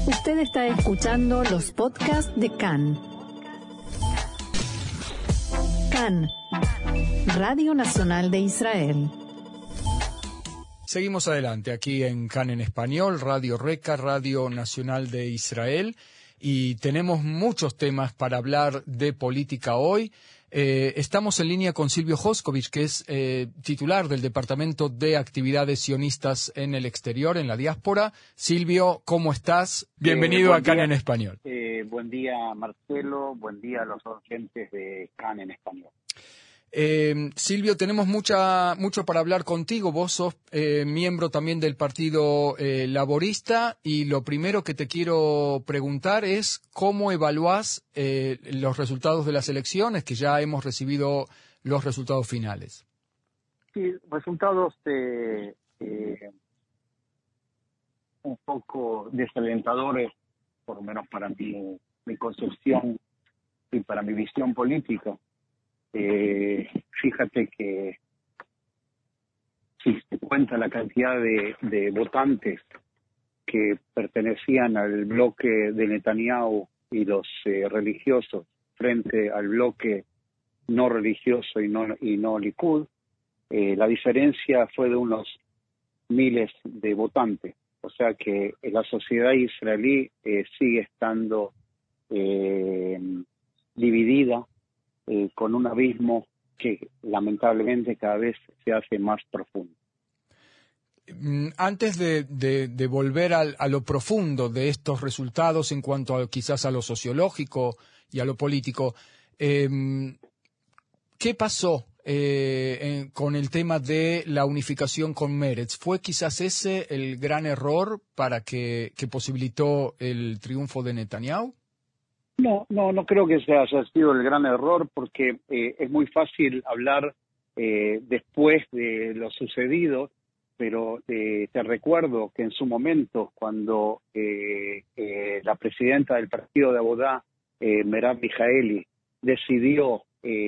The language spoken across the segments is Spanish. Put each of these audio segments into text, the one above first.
Usted está escuchando los podcasts de CAN. CAN, Radio Nacional de Israel. Seguimos adelante aquí en CAN en español, Radio Reca, Radio Nacional de Israel, y tenemos muchos temas para hablar de política hoy. Estamos en línea con Silvio Joscovich, que es titular del Departamento de Actividades Sionistas en el Exterior, en la diáspora. Silvio, ¿cómo estás? Bienvenido a CAN en español. Buen día, Marcelo. Buen día a los oyentes de CAN en español. Silvio, tenemos mucho para hablar contigo. Vos sos miembro también del Partido Laborista, y lo primero que te quiero preguntar es cómo evaluás los resultados de las elecciones, que ya hemos recibido los resultados finales. Sí, resultados un poco desalentadores, por lo menos para mi concepción y para mi visión política. Fíjate que si se cuenta la cantidad de votantes que pertenecían al bloque de Netanyahu y los religiosos frente al bloque no religioso y no Likud, la diferencia fue de unos miles de votantes. O sea que la sociedad israelí sigue estando dividida, con un abismo que lamentablemente cada vez se hace más profundo. Antes de volver a lo profundo de estos resultados en cuanto quizás a lo sociológico y a lo político, ¿qué pasó con el tema de la unificación con Meretz? ¿Fue quizás ese el gran error que posibilitó el triunfo de Netanyahu? No creo que ese haya sido el gran error, porque es muy fácil hablar después de lo sucedido, pero te recuerdo que en su momento, cuando la presidenta del partido de Abodá, Merav Mijaeli, decidió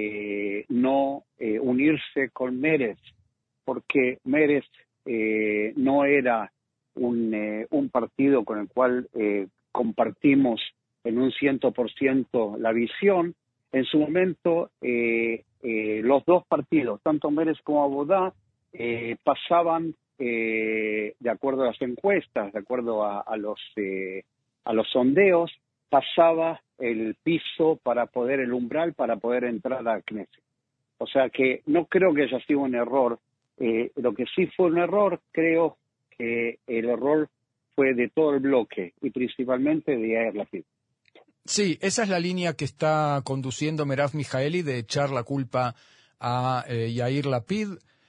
no unirse con Meretz, porque Meretz no era un partido con el cual compartimos en un 100% la visión. En su momento, los dos partidos, tanto Meretz como Abodá, pasaban, de acuerdo a las encuestas, de acuerdo a los sondeos, pasaba el piso el umbral para poder entrar a Knesset. O sea que no creo que haya sido un error. Lo que sí fue un error, creo que el error fue de todo el bloque y principalmente de Yair Lapid. Sí, esa es la línea que está conduciendo Merav Mijaeli, de echar la culpa a Yair Lapid,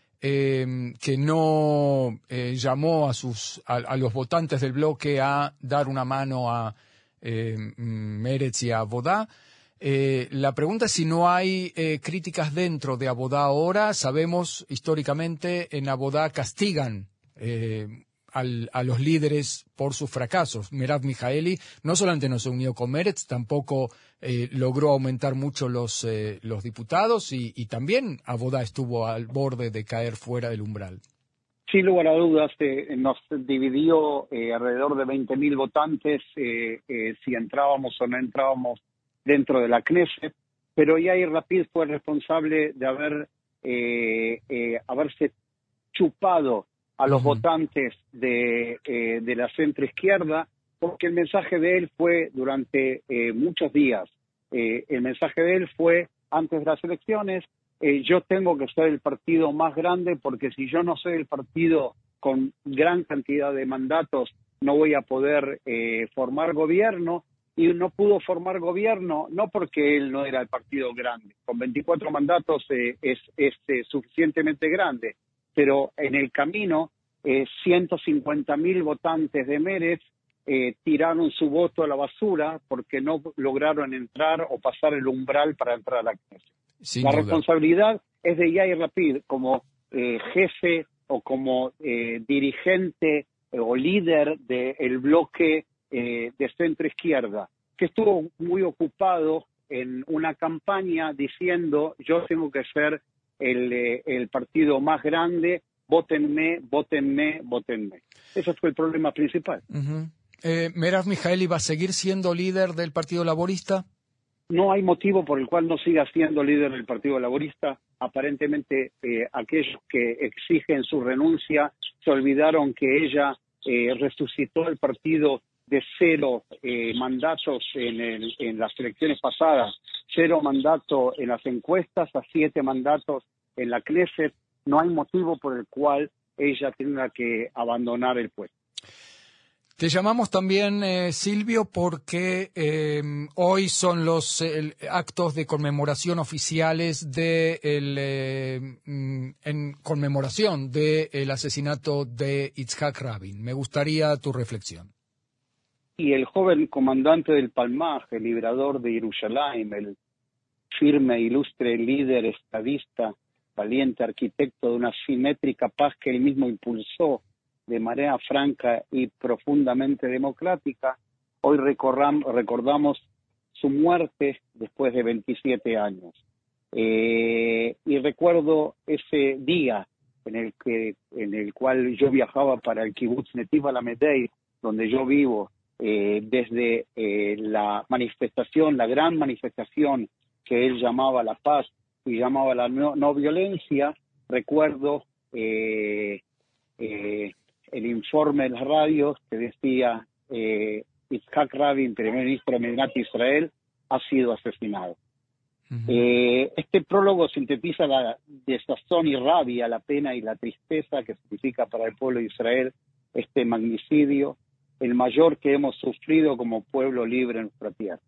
que no llamó a los votantes del bloque a dar una mano a Meretz y a Abodá. La pregunta es si no hay críticas dentro de Abodá ahora. Sabemos, históricamente, en Abodá castigan a los líderes por sus fracasos. Merav Mijaeli no solamente no se unió con Meretz, tampoco logró aumentar mucho los diputados, y también Abodá estuvo al borde de caer fuera del umbral. Sin lugar a dudas, nos dividió alrededor de 20.000 votantes si entrábamos o no entrábamos dentro de la Knesset, pero Yair Lapid fue responsable de haberse chupado a los votantes de la centroizquierda, porque el mensaje de él fue durante muchos días. El mensaje de él fue, antes de las elecciones, yo tengo que ser el partido más grande, porque si yo no soy el partido con gran cantidad de mandatos, no voy a poder formar gobierno. Y no pudo formar gobierno, no porque él no era el partido grande. Con 24 mandatos es suficientemente grande, pero en el camino 150.000 votantes de Meretz tiraron su voto a la basura porque no lograron entrar o pasar el umbral para entrar a la Knesset. La responsabilidad es de Yair Lapid como jefe o como dirigente o líder del bloque de centro izquierda, que estuvo muy ocupado en una campaña diciendo: yo tengo que ser el partido más grande, vótenme, vótenme, vótenme. Ese fue el problema principal. ¿Merav Mijaeli va a seguir siendo líder del Partido Laborista? No hay motivo por el cual no siga siendo líder del Partido Laborista. Aparentemente, aquellos que exigen su renuncia se olvidaron que ella resucitó el partido de 0 mandatos en las elecciones pasadas, 0 mandatos en las encuestas, a 7 mandatos en la Knesset. No hay motivo por el cual ella tenga que abandonar el puesto. Te llamamos también, Silvio, porque hoy son los actos de conmemoración oficiales en conmemoración del asesinato de Yitzhak Rabin. Me gustaría tu reflexión. Y el joven comandante del Palmaj, el liberador de Jerusalén, el firme e ilustre líder estadista, valiente arquitecto de una simétrica paz que él mismo impulsó de manera franca y profundamente democrática, hoy recordamos su muerte después de 27 años. Y recuerdo ese día en el cual yo viajaba para el Kibutz Netiv Alamedei, donde yo vivo, desde la manifestación, la gran manifestación que él llamaba la paz y llamaba la no violencia. Recuerdo el informe de las radios que decía Yitzhak Rabin, primer ministro de Mediנת Israel, ha sido asesinado. Este prólogo sintetiza la desazón y rabia, la pena y la tristeza que significa para el pueblo de Israel este magnicidio, el mayor que hemos sufrido como pueblo libre en nuestra tierra.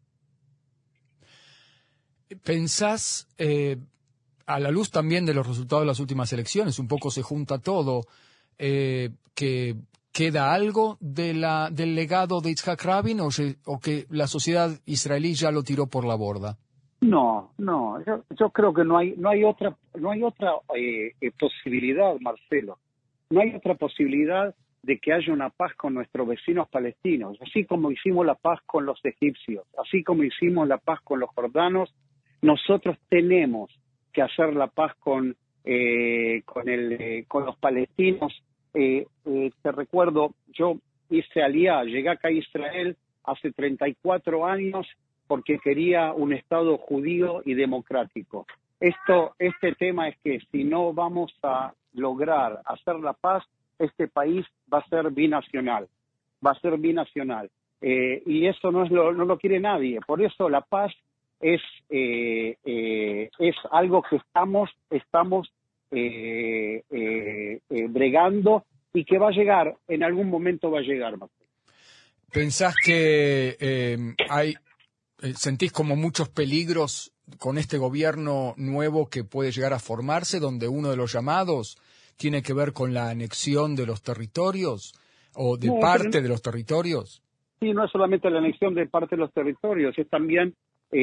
¿Pensás, a la luz también de los resultados de las últimas elecciones, un poco se junta todo, que queda algo del legado de Yitzhak Rabin o que la sociedad israelí ya lo tiró por la borda? No, yo creo que no hay otra posibilidad, Marcelo. No hay otra posibilidad de que haya una paz con nuestros vecinos palestinos, así como hicimos la paz con los egipcios, así como hicimos la paz con los jordanos. Nosotros tenemos que hacer la paz con los palestinos. Te recuerdo, yo hice aliyá, llegué acá a Israel hace 34 años porque quería un Estado judío y democrático. Este tema es que si no vamos a lograr hacer la paz, este país va a ser binacional. Y eso no lo quiere nadie. Por eso la paz es algo que estamos bregando y que va a llegar, en algún momento va a llegar. ¿Pensás que sentís como muchos peligros con este gobierno nuevo que puede llegar a formarse, donde uno de los llamados tiene que ver con la anexión de los territorios o de parte de los territorios? Sí, no es solamente la anexión de parte de los territorios, es también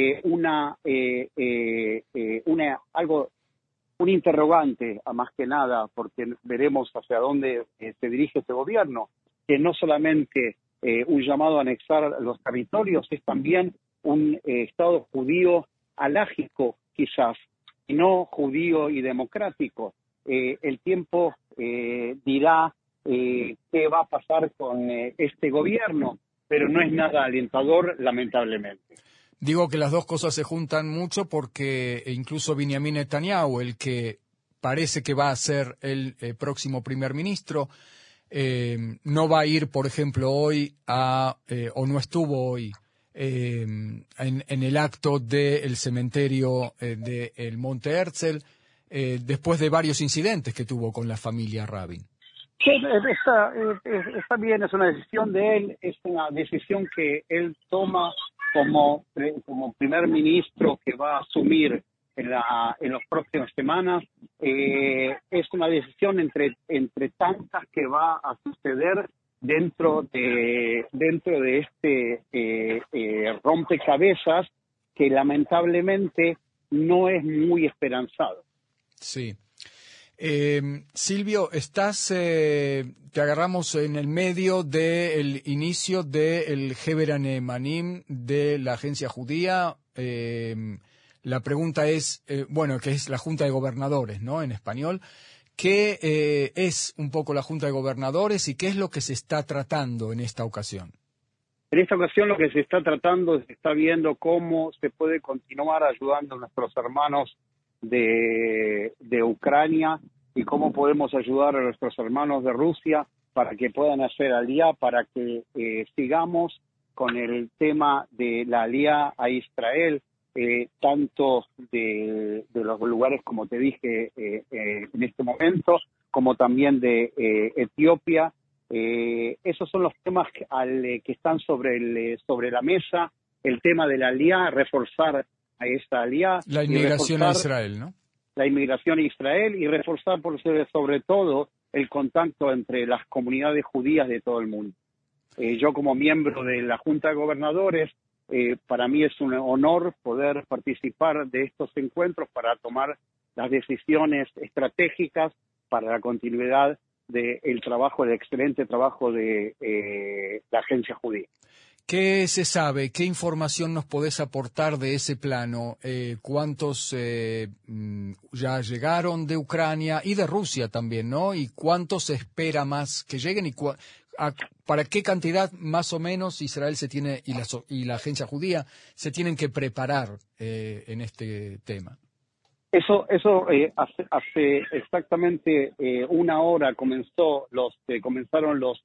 un interrogante, a más que nada, porque veremos hacia dónde se dirige este gobierno, que no solamente un llamado a anexar los territorios, es también un Estado judío alágico, quizás, y no judío y democrático. El tiempo dirá qué va a pasar con este gobierno, pero no es nada alentador, lamentablemente. Digo que las dos cosas se juntan mucho porque incluso Benjamin Netanyahu, el que parece que va a ser el próximo primer ministro, no va a ir, por ejemplo, hoy o no estuvo hoy en el acto del cementerio del Monte Herzl, después de varios incidentes que tuvo con la familia Rabin. Sí, está bien, es una decisión de él, es una decisión que él toma como primer ministro que va a asumir en las próximas semanas. Es una decisión entre tantas que va a suceder dentro de este rompecabezas que lamentablemente no es muy esperanzado. Sí. Silvio, te agarramos en el medio del inicio del Heber Hanemanim de la agencia judía. La pregunta es, que es la Junta de Gobernadores, ¿no? En español. ¿Qué es un poco la Junta de Gobernadores y qué es lo que se está tratando en esta ocasión? En esta ocasión lo que se está tratando, se está viendo cómo se puede continuar ayudando a nuestros hermanos de Ucrania y cómo podemos ayudar a nuestros hermanos de Rusia para que puedan hacer aliyá, para que sigamos con el tema de la aliyá a Israel, tanto de los lugares, como te dije en este momento, como también de Etiopía. Esos son los temas que están sobre la mesa. El tema de la aliyá, reforzar a esta aliyá. La inmigración a Israel, ¿no? La inmigración a Israel y reforzar sobre todo el contacto entre las comunidades judías de todo el mundo. Yo como miembro de la Junta de Gobernadores, para mí es un honor poder participar de estos encuentros para tomar las decisiones estratégicas para la continuidad del trabajo, el excelente trabajo de la agencia judía. ¿Qué se sabe? ¿Qué información nos podés aportar de ese plano? ¿Cuántos ya llegaron de Ucrania y de Rusia también, ¿no? ¿Y cuántos se espera más que lleguen? ¿Y para qué cantidad más o menos Israel se tiene y la agencia judía se tienen que preparar en este tema? Eso hace exactamente una hora comenzaron los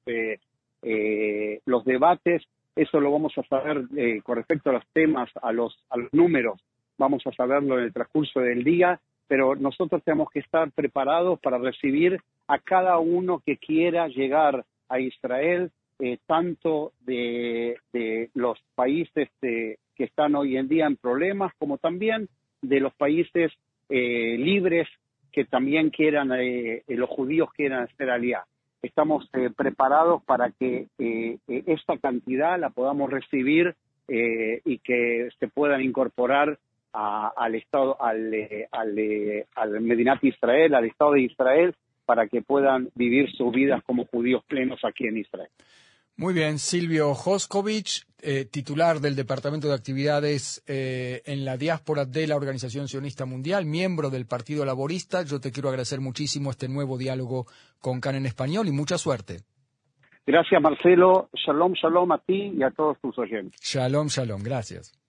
debates. Eso lo vamos a saber con respecto a los temas, a los números. Vamos a saberlo en el transcurso del día, pero nosotros tenemos que estar preparados para recibir a cada uno que quiera llegar a Israel, tanto de los países que están hoy en día en problemas, como también de los países libres que también quieran, los judíos quieran hacer aliyá. Estamos preparados para que esta cantidad la podamos recibir y que se puedan incorporar al Estado, al Medinat Israel, al Estado de Israel, para que puedan vivir sus vidas como judíos plenos aquí en Israel. Muy bien, Silvio Joscovich, titular del Departamento de Actividades en la diáspora de la Organización Sionista Mundial, miembro del Partido Laborista. Yo te quiero agradecer muchísimo este nuevo diálogo con CAN en español y mucha suerte. Gracias, Marcelo. Shalom, shalom a ti y a todos tus oyentes. Shalom, shalom. Gracias.